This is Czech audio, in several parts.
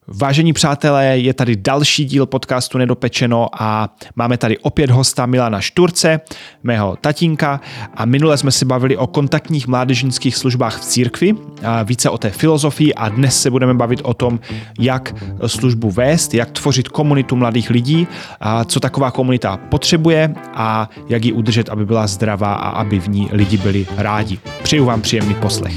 Vážení přátelé, je tady další díl podcastu Nedopečeno a máme tady opět hosta Milana Šturce, mého tatínka, a minule jsme si bavili o kontaktních mládežnických službách v církvi, a více o té filozofii, a dnes se budeme bavit o tom, jak službu vést, jak tvořit komunitu mladých lidí, a co taková komunita potřebuje a jak ji udržet, aby byla zdravá a aby v ní lidi byli rádi. Přeju vám příjemný poslech.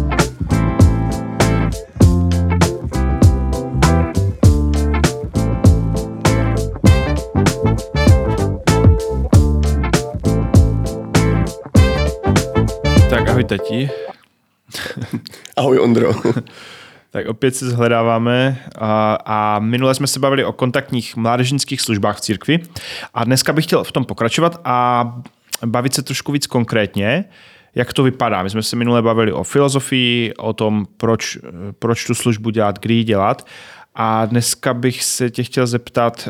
Ahoj tati. Ahoj Ondro. Tak opět se zhledáváme a minule jsme se bavili o kontaktních mládežnických službách v církvi a dneska bych chtěl v tom pokračovat a bavit se trošku víc konkrétně, jak to vypadá. My jsme se minule bavili o filozofii, o tom, proč tu službu dělat, kdy ji dělat, a dneska bych se tě chtěl zeptat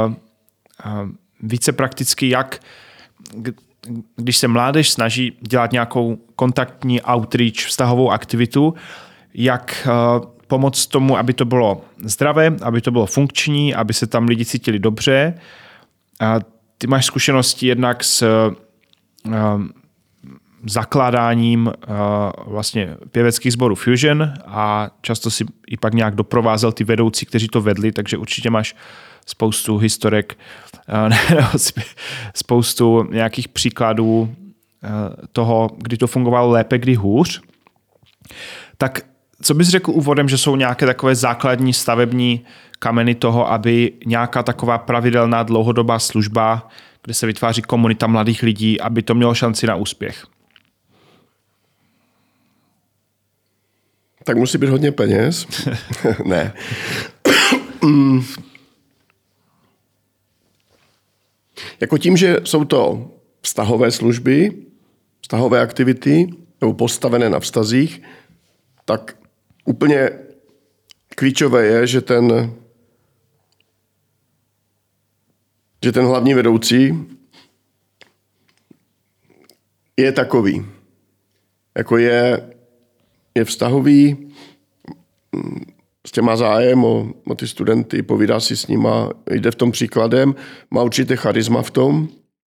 více prakticky, jak když se mládež snaží dělat nějakou kontaktní outreach, vztahovou aktivitu, jak pomoct tomu, aby to bylo zdravé, aby to bylo funkční, aby se tam lidi cítili dobře. Ty máš zkušenosti jednak s zakládáním vlastně pěveckých sborů Fusion a často si i pak nějak doprovázel ty vedoucí, kteří to vedli, takže určitě máš spoustu historek, spoustu nějakých příkladů toho, kdy to fungovalo lépe, kdy hůř. Tak co bys řekl úvodem, že jsou nějaké takové základní stavební kameny toho, aby nějaká taková pravidelná dlouhodobá služba, kde se vytváří komunita mladých lidí, aby to mělo šanci na úspěch? Tak musí být hodně peněz. Ne. Jako tím, že jsou to vztahové služby, vztahové aktivity, nebo postavené na vztazích, tak úplně klíčové je, že ten hlavní vedoucí je takový. Jako je vztahový, má zájem o ty studenty, povídá si s nima, jde v tom příkladem, má určité charisma v tom.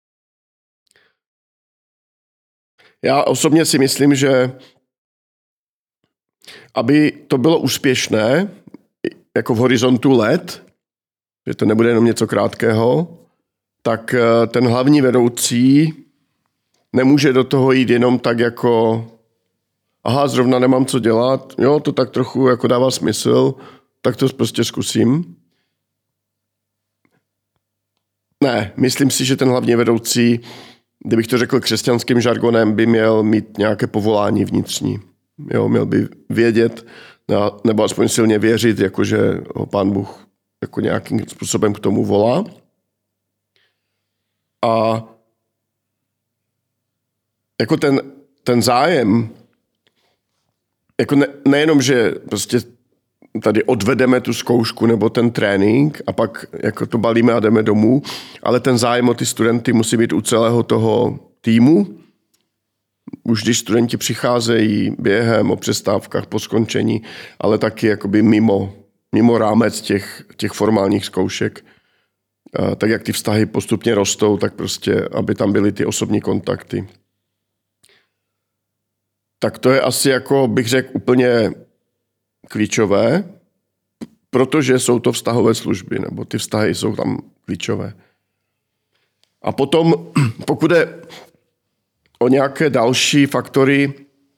Já osobně si myslím, že aby to bylo úspěšné, jako v horizontu let, že to nebude jenom něco krátkého, tak ten hlavní vedoucí nemůže do toho jít jenom tak jako aha, zrovna nemám co dělat, jo, to tak trochu jako dává smysl, tak to prostě zkusím. Ne, myslím si, že ten hlavní vedoucí, kdybych to řekl křesťanským žargonem, by měl mít nějaké povolání vnitřní. Jo, měl by vědět, nebo aspoň silně věřit, jakože ho Pán Bůh jako nějakým způsobem k tomu volá. A jako ten zájem, jako nejenom, že prostě tady odvedeme tu zkoušku nebo ten trénink a pak jako to balíme a jdeme domů, ale ten zájem o ty studenty musí být u celého toho týmu. Už když studenti přicházejí během, o přestávkách, po skončení, ale taky jakoby mimo rámec těch formálních zkoušek. Tak jak ty vztahy postupně rostou, tak prostě, aby tam byly ty osobní kontakty. Tak to je asi, jako bych řekl, úplně klíčové, protože jsou to vztahové služby, nebo ty vztahy jsou tam klíčové. A potom, pokud je o nějaké další faktory,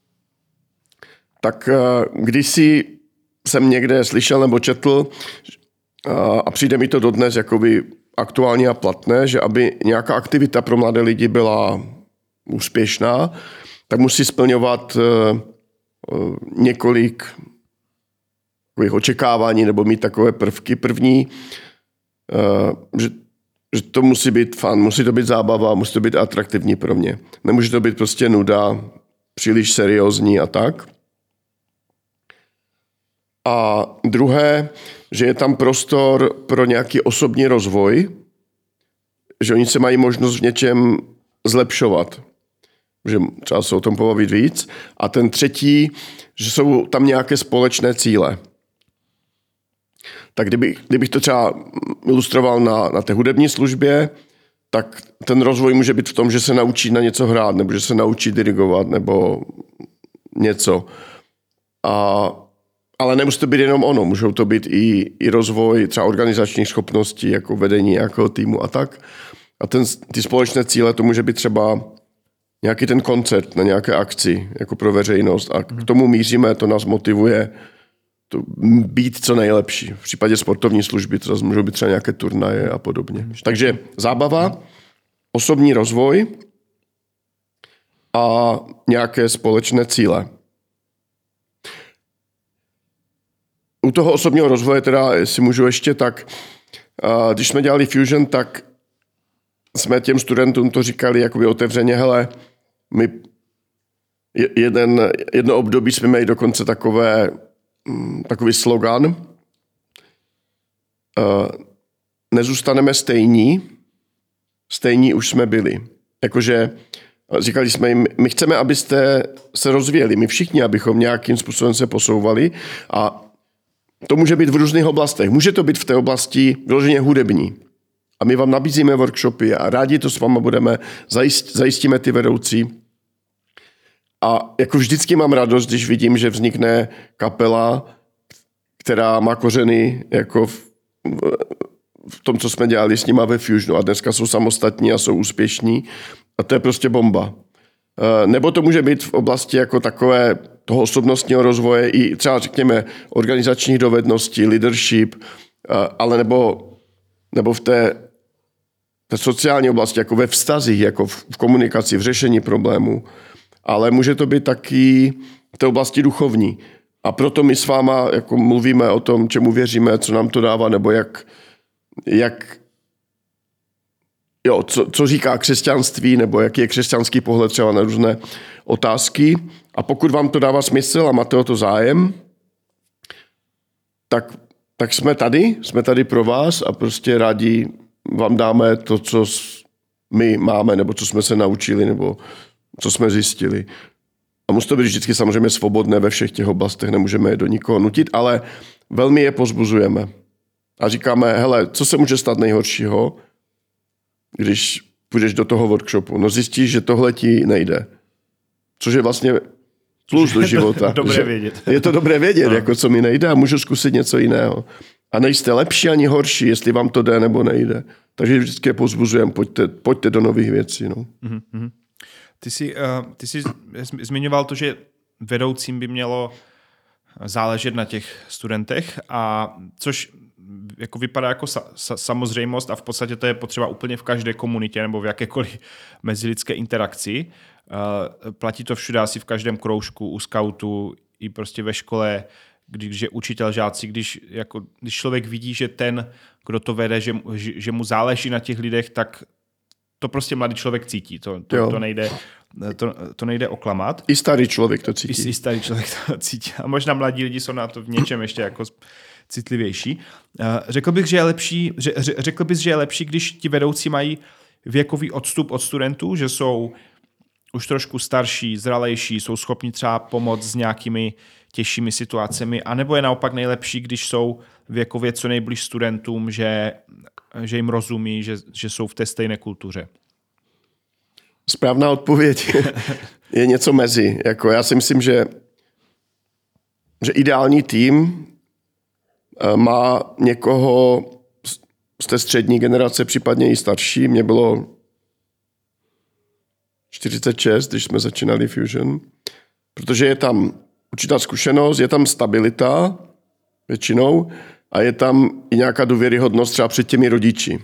tak kdysi jsem někde slyšel nebo četl a přijde mi to dodnes jakoby aktuální a platné, že aby nějaká aktivita pro mladé lidi byla úspěšná, tak musí splňovat několik očekávání nebo mít takové prvky. První, že to musí být fun, musí to být zábava, musí to být atraktivní pro mě. Nemůže to být prostě nuda, příliš seriózní a tak. A druhé, že je tam prostor pro nějaký osobní rozvoj, že oni se mají možnost v něčem zlepšovat. Že třeba se o tom pobavit víc. A ten třetí, že jsou tam nějaké společné cíle. Tak kdybych to třeba ilustroval na té hudební službě, tak ten rozvoj může být v tom, že se naučí na něco hrát, nebo že se naučí dirigovat, nebo něco. Ale nemusí to být jenom ono, můžou to být i rozvoj třeba organizačních schopností, jako vedení nějakého týmu a tak. A ty společné cíle, to může být třeba nějaký ten koncert na nějaké akci, jako pro veřejnost. A k tomu míříme, to nás motivuje to být co nejlepší. V případě sportovní služby to zase můžou být třeba nějaké turnaje a podobně. Takže zábava, osobní rozvoj a nějaké společné cíle. U toho osobního rozvoje teda, jestli můžu ještě, tak když jsme dělali Fusion, tak jsme těm studentům to říkali jakoby otevřeně, hele, my jedno období jsme měli dokonce takový slogan, nezůstaneme stejní už jsme byli. Jakože říkali jsme jim, my chceme, abyste se rozvíjeli, my všichni, abychom nějakým způsobem se posouvali a to může být v různých oblastech. Může to být v té oblasti vyloženě hudební. A my vám nabízíme workshopy a rádi to s váma budeme, zajistíme ty vedoucí. A jako vždycky mám radost, když vidím, že vznikne kapela, která má kořeny jako v tom, co jsme dělali s nima ve Fusionu. A dneska jsou samostatní a jsou úspěšní. A to je prostě bomba. Nebo to může být v oblasti jako takové toho osobnostního rozvoje i třeba řekněme organizačních dovedností, leadership, ale nebo v té sociální oblasti, jako ve vztazích, jako v komunikaci, v řešení problémů. Ale může to být taky v té oblasti duchovní. A proto my s váma jako mluvíme o tom, čemu věříme, co nám to dává, nebo co říká křesťanství, nebo jaký je křesťanský pohled třeba na různé otázky. A pokud vám to dává smysl a máte o to zájem, tak jsme tady pro vás a prostě rádi vám dáme to, co my máme, nebo co jsme se naučili, nebo co jsme zjistili. A musí to být vždycky samozřejmě svobodné ve všech těch oblastech, nemůžeme je do nikoho nutit, ale velmi je pozbuzujeme. A říkáme, hele, co se může stát nejhoršího, když půjdeš do toho workshopu? No zjistíš, že tohle ti nejde. Což je vlastně plus do života. Dobré vědět. Je to dobré vědět, jako co mi nejde a můžu zkusit něco jiného. A nejste lepší ani horší, jestli vám to jde nebo nejde. Takže vždycky je pozbuzujeme, pojďte do nových věcí. No. Mm-hmm. Ty jsi zmiňoval to, že vedoucím by mělo záležet na těch studentech, a což jako vypadá jako samozřejmost a v podstatě to je potřeba úplně v každé komunitě nebo v jakékoliv mezilidské interakci. Platí to všude, asi v každém kroužku, u skautu i prostě ve škole, když je učitel, žáci, když člověk vidí, že ten, kdo to vede, že mu záleží na těch lidech, tak to prostě mladý člověk cítí. To nejde oklamat. I starý člověk to cítí. I starý člověk to cítí. A možná mladí lidi jsou na to v něčem ještě jako citlivější. Řekl bych, že je lepší, když ti vedoucí mají věkový odstup od studentů, že jsou už trošku starší, zralejší, jsou schopni třeba pomoct s nějakými těžšími situacemi, anebo je naopak nejlepší, když jsou věkově co nejblíž studentům, že jim rozumí, že jsou v té stejné kultuře. Správná odpověď je něco mezi. Jako já si myslím, že ideální tým má někoho z té střední generace, případně i starší. Mně bylo 46, když jsme začínali Fusion, protože je tam určitá zkušenost, je tam stabilita většinou a je tam i nějaká důvěryhodnost třeba před těmi rodiči.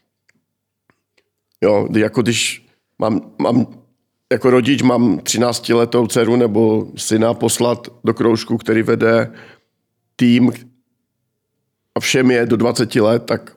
Jo, jako když mám jako rodič mám 13letou dceru nebo syna poslat do kroužku, který vede tým a všem je do 20 let, tak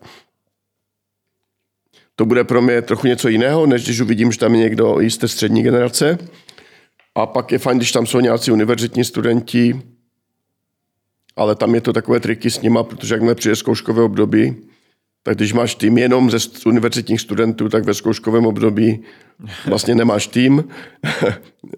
to bude pro mě trochu něco jiného, než když uvidím, že tam je někdo z té střední generace. A pak je fajn, když tam jsou nějací univerzitní studenti, ale tam je to takové triky s nima, protože jakmile přijde zkouškové období, tak když máš tým jenom ze univerzitních studentů, tak ve zkouškovém období vlastně nemáš tým,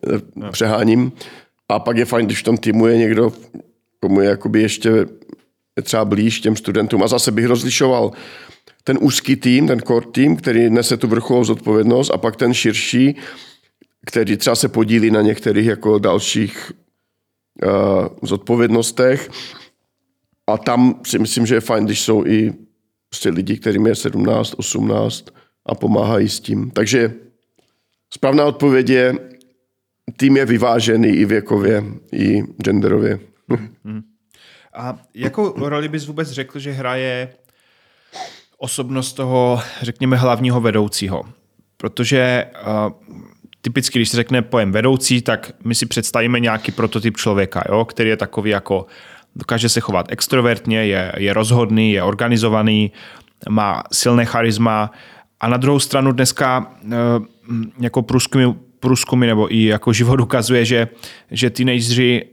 přeháním. A pak je fajn, když v tom týmu je někdo, komu je jakoby ještě je třeba blíž těm studentům. A zase bych rozlišoval ten úzký tým, ten core tým, který nese tu vrcholovou zodpovědnost, a pak ten širší, který třeba se podílí na některých jako dalších zodpovědnostech. A tam si myslím, že je fajn, když jsou i prostě lidi, kterým je 17, 18 a pomáhají s tím. Takže správná odpověď je, tým je vyvážený i věkově, i genderově. A jakou roli bys vůbec řekl, že hraje osobnost toho, řekněme, hlavního vedoucího? Protože typicky, když se řekne pojem vedoucí, tak my si představíme nějaký prototyp člověka, jo, který je takový jako dokáže se chovat extrovertně, je rozhodný, je organizovaný, má silné charisma, a na druhou stranu dneska jako průzkumy nebo i jako život ukazuje, že teenageři,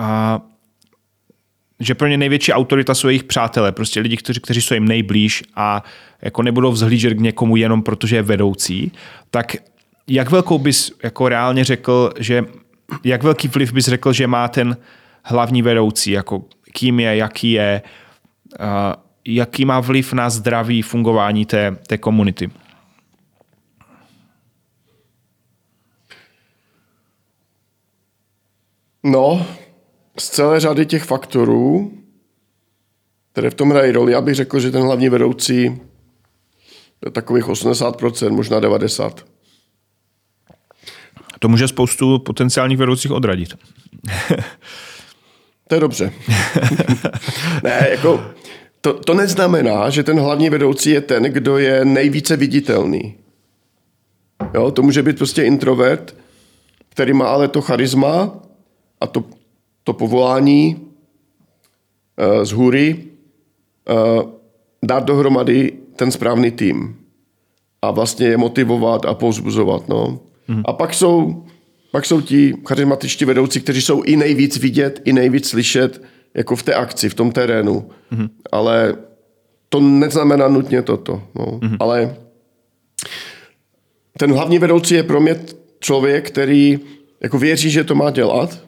že pro ně největší autorita jsou jejich přátelé, prostě lidi, kteří jsou jim nejblíž a jako nebudou vzhlížet k někomu jenom protože je vedoucí. Tak jak velkou bys jako reálně řekl, jak velký vliv bys řekl, že má ten hlavní vedoucí, jako kým je, jaký má vliv na zdravý fungování té komunity? No, z celé řady těch faktorů, které v tom hrají roli, já bych řekl, že ten hlavní vedoucí je takových 80%, možná 90%. To může spoustu potenciálních vedoucích odradit. To je dobře. Ne, jako, to neznamená, že ten hlavní vedoucí je ten, kdo je nejvíce viditelný. Jo, to může být prostě introvert, který má ale to charisma a to povolání z hůry dát dohromady ten správný tým a vlastně je motivovat a povzbuzovat. No. A pak jsou ti charismatičtí vedoucí, kteří jsou i nejvíc vidět, i nejvíc slyšet jako v té akci, v tom terénu. Ale to neznamená nutně toto. No. Ale ten hlavní vedoucí je pro mě člověk, který jako věří, že to má dělat.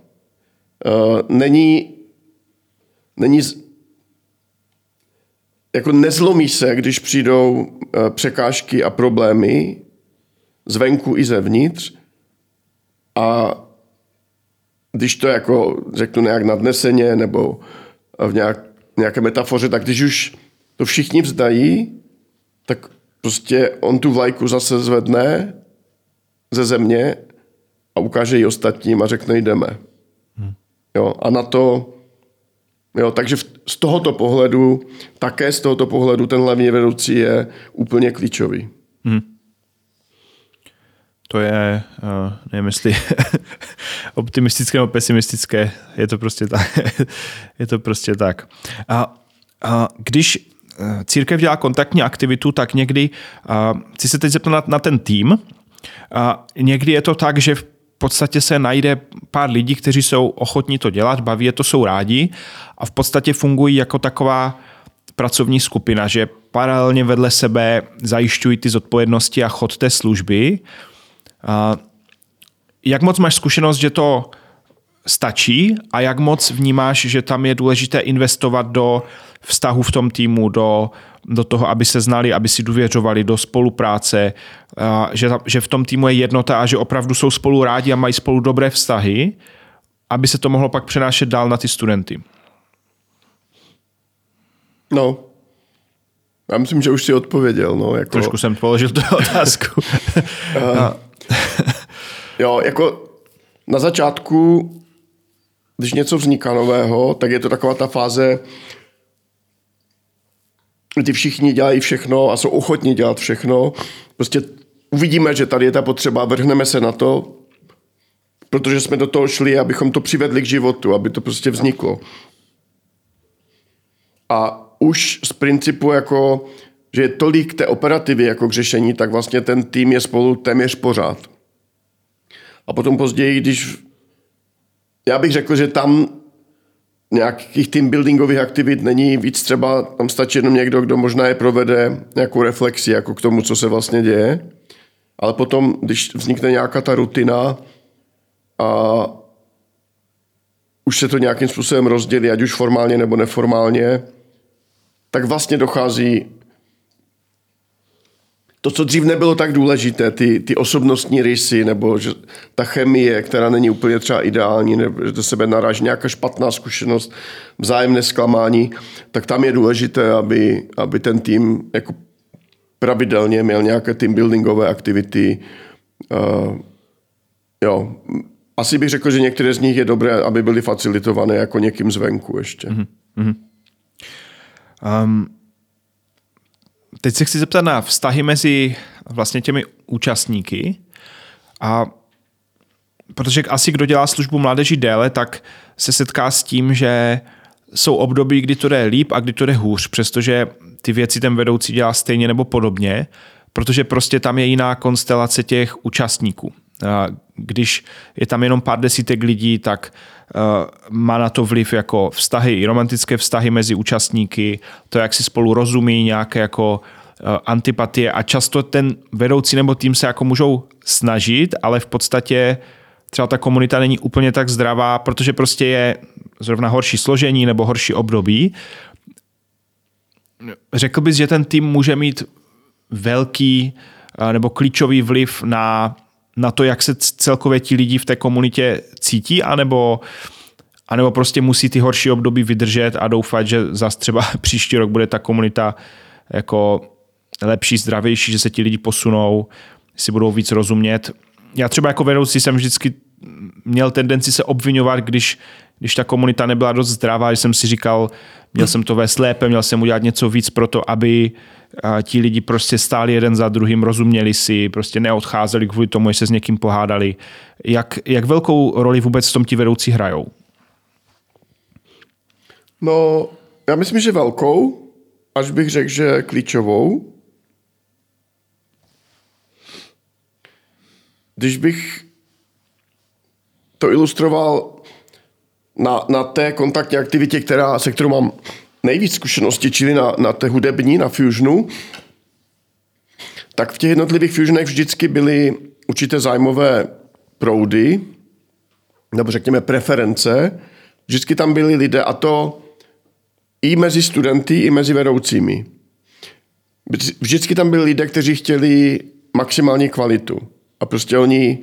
Jako nezlomí se, když přijdou překážky a problémy zvenku i zevnitř, a když to jako řeknu nějak nadneseně nebo v nějaké metafoře, tak když už to všichni vzdají, tak prostě on tu vlajku zase zvedne ze země a ukáže ji ostatním a řekne jdeme. Jo, a na to, jo, takže z tohoto pohledu ten hlavní vedoucí je úplně klíčový. To je, nevím jestli optimistické nebo pesimistické, je to prostě tak. A když církev dělá kontaktní aktivitu, tak někdy, chci se teď zeptat na ten tým, někdy je to tak, že v podstatě se najde pár lidí, kteří jsou ochotní to dělat, baví je to, jsou rádi a v podstatě fungují jako taková pracovní skupina, že paralelně vedle sebe zajišťují ty zodpovědnosti a chod té služby. Jak moc máš zkušenost, že to stačí a jak moc vnímáš, že tam je důležité investovat do vztahu v tom týmu, do toho, aby se znali, aby si důvěřovali, do spolupráce, že v tom týmu je jednota a že opravdu jsou spolu rádi a mají spolu dobré vztahy, aby se to mohlo pak přenášet dál na ty studenty? No, já myslím, že už si odpověděl. No, jako... Trošku jsem položil tu otázku. Jo, jako na začátku, když něco vzniká nového, tak je to taková ta fáze, kdy všichni dělají všechno a jsou ochotní dělat všechno. Prostě uvidíme, že tady je ta potřeba, vrhneme se na to, protože jsme do toho šli, abychom to přivedli k životu, aby to prostě vzniklo. A už z principu, jako, že je tolik té operativy jako k řešení, tak vlastně ten tým je spolu téměř pořád. A potom později, když já bych řekl, že tam nějakých team buildingových aktivit není víc, třeba tam stačí jenom někdo, kdo možná je provede nějakou reflexi jako k tomu, co se vlastně děje. Ale potom, když vznikne nějaká ta rutina a už se to nějakým způsobem rozdělí, ať už formálně nebo neformálně, tak vlastně dochází to, co dřív nebylo tak důležité, ty osobnostní rysy, nebo že ta chemie, která není úplně třeba ideální, nebo že do sebe naráží nějaká špatná zkušenost, vzájemné zklamání, tak tam je důležité, aby ten tým jako pravidelně měl nějaké team buildingové aktivity. Jo. Asi bych řekl, že některé z nich je dobré, aby byly facilitované jako někým zvenku ještě. Teď se chci zeptat na vztahy mezi vlastně těmi účastníky. A protože asi kdo dělá službu mládeži déle, tak se setká s tím, že jsou období, kdy to jde líp a kdy to jde hůř, přestože ty věci ten vedoucí dělá stejně nebo podobně, protože prostě tam je jiná konstelace těch účastníků. Když je tam jenom pár desítek lidí, tak má na to vliv jako vztahy, i romantické vztahy mezi účastníky, to, jak si spolu rozumí, nějaké jako antipatie a často ten vedoucí nebo tým se jako můžou snažit, ale v podstatě třeba ta komunita není úplně tak zdravá, protože prostě je zrovna horší složení nebo horší období. Řekl bys, že ten tým může mít velký nebo klíčový vliv na to, jak se celkově ti lidi v té komunitě cítí, anebo prostě musí ty horší období vydržet a doufat, že zase třeba příští rok bude ta komunita jako lepší, zdravější, že se ti lidi posunou, si budou víc rozumět. Já třeba jako vedoucí jsem vždycky měl tendenci se obvinovat, když ta komunita nebyla dost zdravá, že jsem si říkal, měl jsem to vést lépe, měl jsem udělat něco víc pro to, aby ti lidi prostě stáli jeden za druhým, rozuměli si, prostě neodcházeli kvůli tomu, že se s někým pohádali. Jak velkou roli vůbec v tom ti vedoucí hrajou? No, já myslím, že velkou, až bych řekl, že klíčovou. Když bych to ilustroval na té kontaktní aktivitě, se kterou mám nejvíc zkušenosti, čili na té hudební, na Fusionu, tak v těch jednotlivých Fusionech vždycky byly určité zájmové proudy, nebo řekněme preference. Vždycky tam byli lidé, a to i mezi studenty, i mezi vedoucími. Vždycky tam byli lidé, kteří chtěli maximální kvalitu. A prostě oni,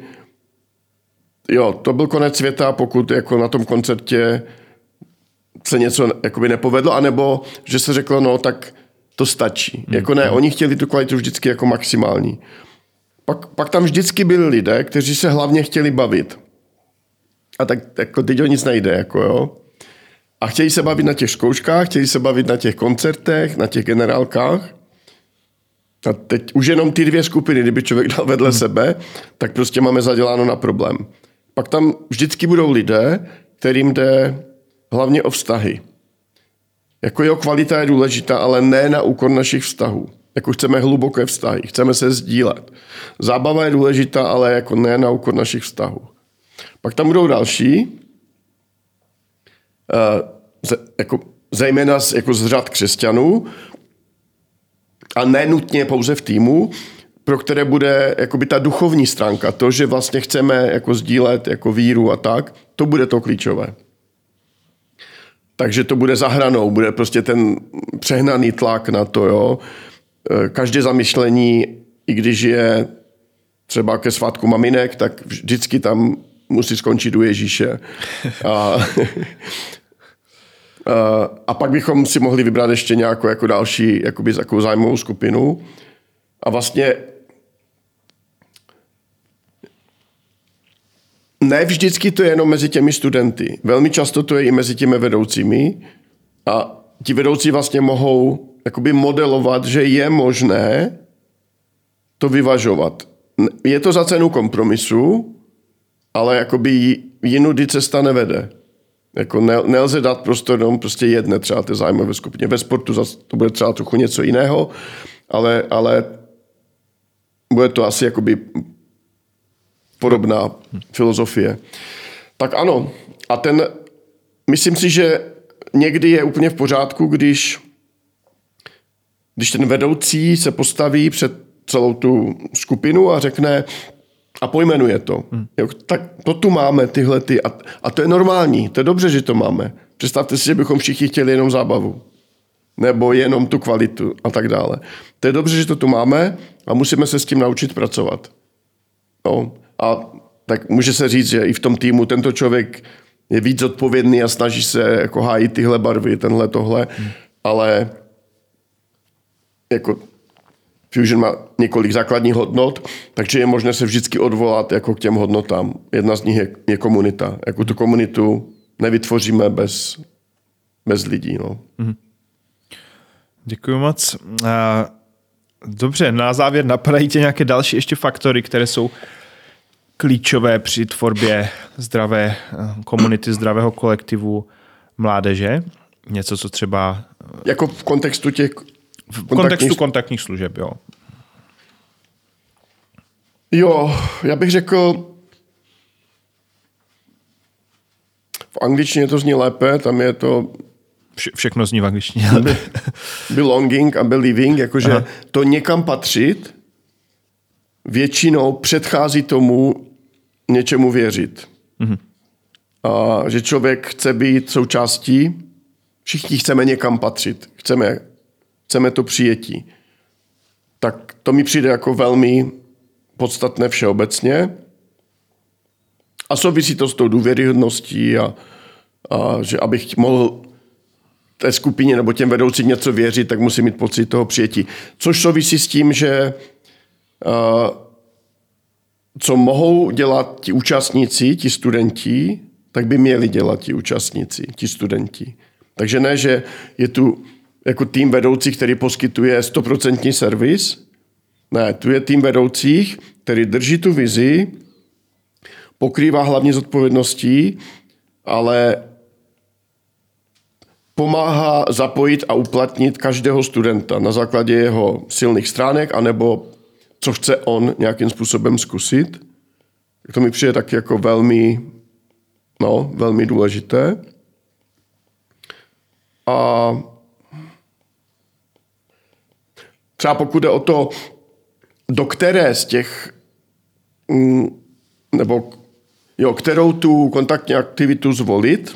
to byl konec světa, pokud jako na tom koncertě se něco jakoby nepovedlo, anebo že se řeklo, tak to stačí. Jako ne, oni chtěli tu kvalitu vždycky jako maximální. Pak tam vždycky byli lidé, kteří se hlavně chtěli bavit. A tak jako teď o nic nejde, A chtěli se bavit na těch zkouškách, chtěli se bavit na těch koncertech, na těch generálkách. A teď už jenom ty dvě skupiny, kdyby člověk dal vedle sebe, tak prostě máme zaděláno na problém. Pak tam vždycky budou lidé, kterým jde hlavně o vztahy. Jako kvalita je důležitá, ale ne na úkor našich vztahů. Jako chceme hluboké vztahy, chceme se sdílet. Zábava je důležitá, ale jako ne na úkor našich vztahů. Pak tam budou další, zejména z řad křesťanů, a ne nutně pouze v týmu, pro které bude jakoby ta duchovní stránka, to, že vlastně chceme jako sdílet jako víru a tak, to bude to klíčové. Takže to bude za hranou, bude prostě ten přehnaný tlak na to, Každé zamyšlení, i když je třeba ke svátku maminek, tak vždycky tam musí skončit u Ježíše. A pak bychom si mohli vybrat ještě nějakou jako další jakoby takovou zájmovou skupinu. A vlastně ne vždycky to je jenom mezi těmi studenty. Velmi často to je i mezi těmi vedoucími. A ti vedoucí vlastně mohou jakoby modelovat, že je možné to vyvažovat. Je to za cenu kompromisu, ale jakoby jinudy cesta nevede. Jako nelze dát prostor jenom prostě jedné třeba té zájmové skupině. Ve sportu zase to bude třeba trochu něco jiného, ale bude to asi jakoby podobná filozofie. Tak ano. A myslím si, že někdy je úplně v pořádku, když ten vedoucí se postaví před celou tu skupinu a řekne a pojmenuje to. Tak to tu máme, tyhle ty. A to je normální. To je dobře, že to máme. Představte si, že bychom všichni chtěli jenom zábavu. nebo jenom tu kvalitu a tak dále. To je dobře, že to tu máme a musíme se s tím naučit pracovat. No. A tak může se říct, že i v tom týmu tento člověk je víc odpovědný a snaží se jako hájit tyhle barvy, tenhle tohle, ale jako Fusion má několik základních hodnot, takže je možné se vždycky odvolat jako k těm hodnotám. Jedna z nich je komunita. Jako tu komunitu nevytvoříme bez lidí. No. Děkuji moc. Dobře, na závěr napadají tě nějaké další ještě faktory, které jsou klíčové při tvorbě zdravé komunity, zdravého kolektivu mládeže? Něco, co třeba... Jako v kontextu těch... V kontextu kontaktních služeb, jo. Jo, já bych řekl... V angličtině to zní lépe, tam je to... Všechno zní v angličtině. Belonging a believing, jakože to někam patřit, většinou předchází tomu něčemu věřit. A že člověk chce být součástí, všichni chceme někam patřit, chceme to přijetí. Tak to mi přijde jako velmi podstatné všeobecně. A souvisí to s tou důvěryhodností a že abych mohl té skupině nebo těm vedoucím něco věřit, tak musím mít pocit toho přijetí. Což souvisí s tím, že co mohou dělat ti účastníci, ti studenti, tak by měli dělat ti účastníci, ti studenti. Takže ne, že je tu jako tým vedoucích, který poskytuje 100% servis. Ne, tu je tým vedoucích, který drží tu vizi, pokrývá hlavně zodpovědností, ale pomáhá zapojit a uplatnit každého studenta na základě jeho silných stránek, anebo co chce on nějakým způsobem zkusit. To mi přijde tak jako velmi důležité. A třeba pokud jde o to, do které z těch, nebo kterou tu kontaktní aktivitu zvolit,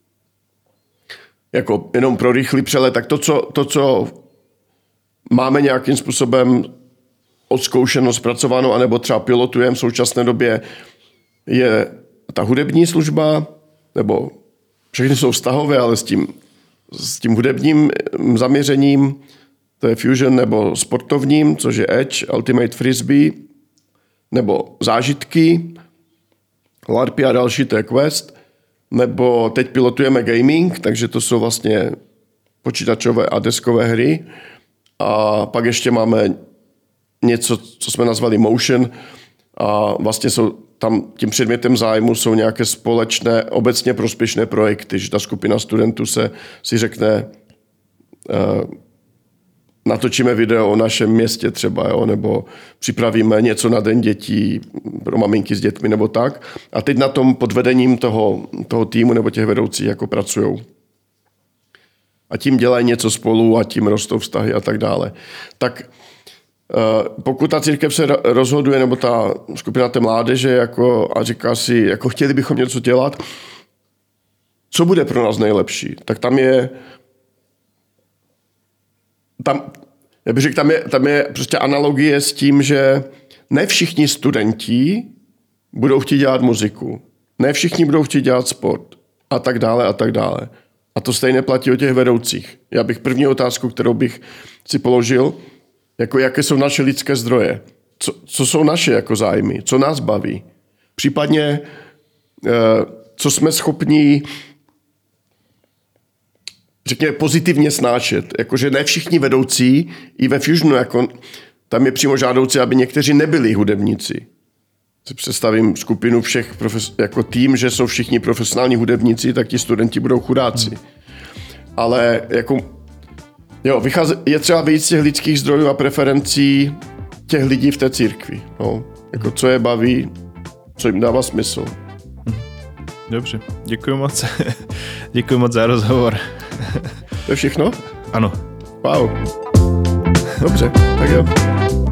jako jenom pro rychlý přelet, tak to, co máme nějakým způsobem odzkoušeno, zpracováno, anebo třeba pilotujeme v současné době, je ta hudební služba, nebo všechny jsou vztahové, ale s tím hudebním zaměřením, to je Fusion, nebo sportovním, což je Edge, Ultimate Frisbee, nebo zážitky, LARPy a další, to je Quest, nebo teď pilotujeme gaming, takže to jsou vlastně počítačové a deskové hry. A pak ještě máme něco, co jsme nazvali Motion. A vlastně jsou tam tím předmětem zájmu jsou nějaké společné, obecně prospěšné projekty, že ta skupina studentů si řekne, natočíme video o našem městě třeba, jo, nebo připravíme něco na den dětí pro maminky s dětmi nebo tak. A teď na tom pod vedením toho týmu nebo těch vedoucích jako pracujou. A tím dělají něco spolu a tím rostou vztahy a tak dále. Tak pokud ta církev se rozhoduje, nebo ta skupina té mládeže jako, a říká si, jako chtěli bychom něco dělat, co bude pro nás nejlepší, tak já bych řekl, tam je prostě analogie s tím, že ne všichni studenti budou chtít dělat muziku, ne všichni budou chtít dělat sport a tak dále a tak dále. A to stejně platí o těch vedoucích. Já bych první otázku, kterou bych si položil, jako jaké jsou naše lidské zdroje, co jsou naše jako zájmy, co nás baví. Případně, co jsme schopni řekněme pozitivně snášet. Jakože ne všichni vedoucí, i ve Fusionu, jako, tam je přímo žádoucí, aby někteří nebyli hudebníci. Si představím skupinu všech, jako tým, že jsou všichni profesionální hudebníci, tak ti studenti budou chudáci. Ale jako, je třeba vyjít z těch lidských zdrojů a preferencí těch lidí v té církvi. No. Jako, co je baví, co jim dává smysl. Dobře, děkuji moc. Děkuji moc za rozhovor. To je všechno? Ano. Wow. Dobře, tak jo.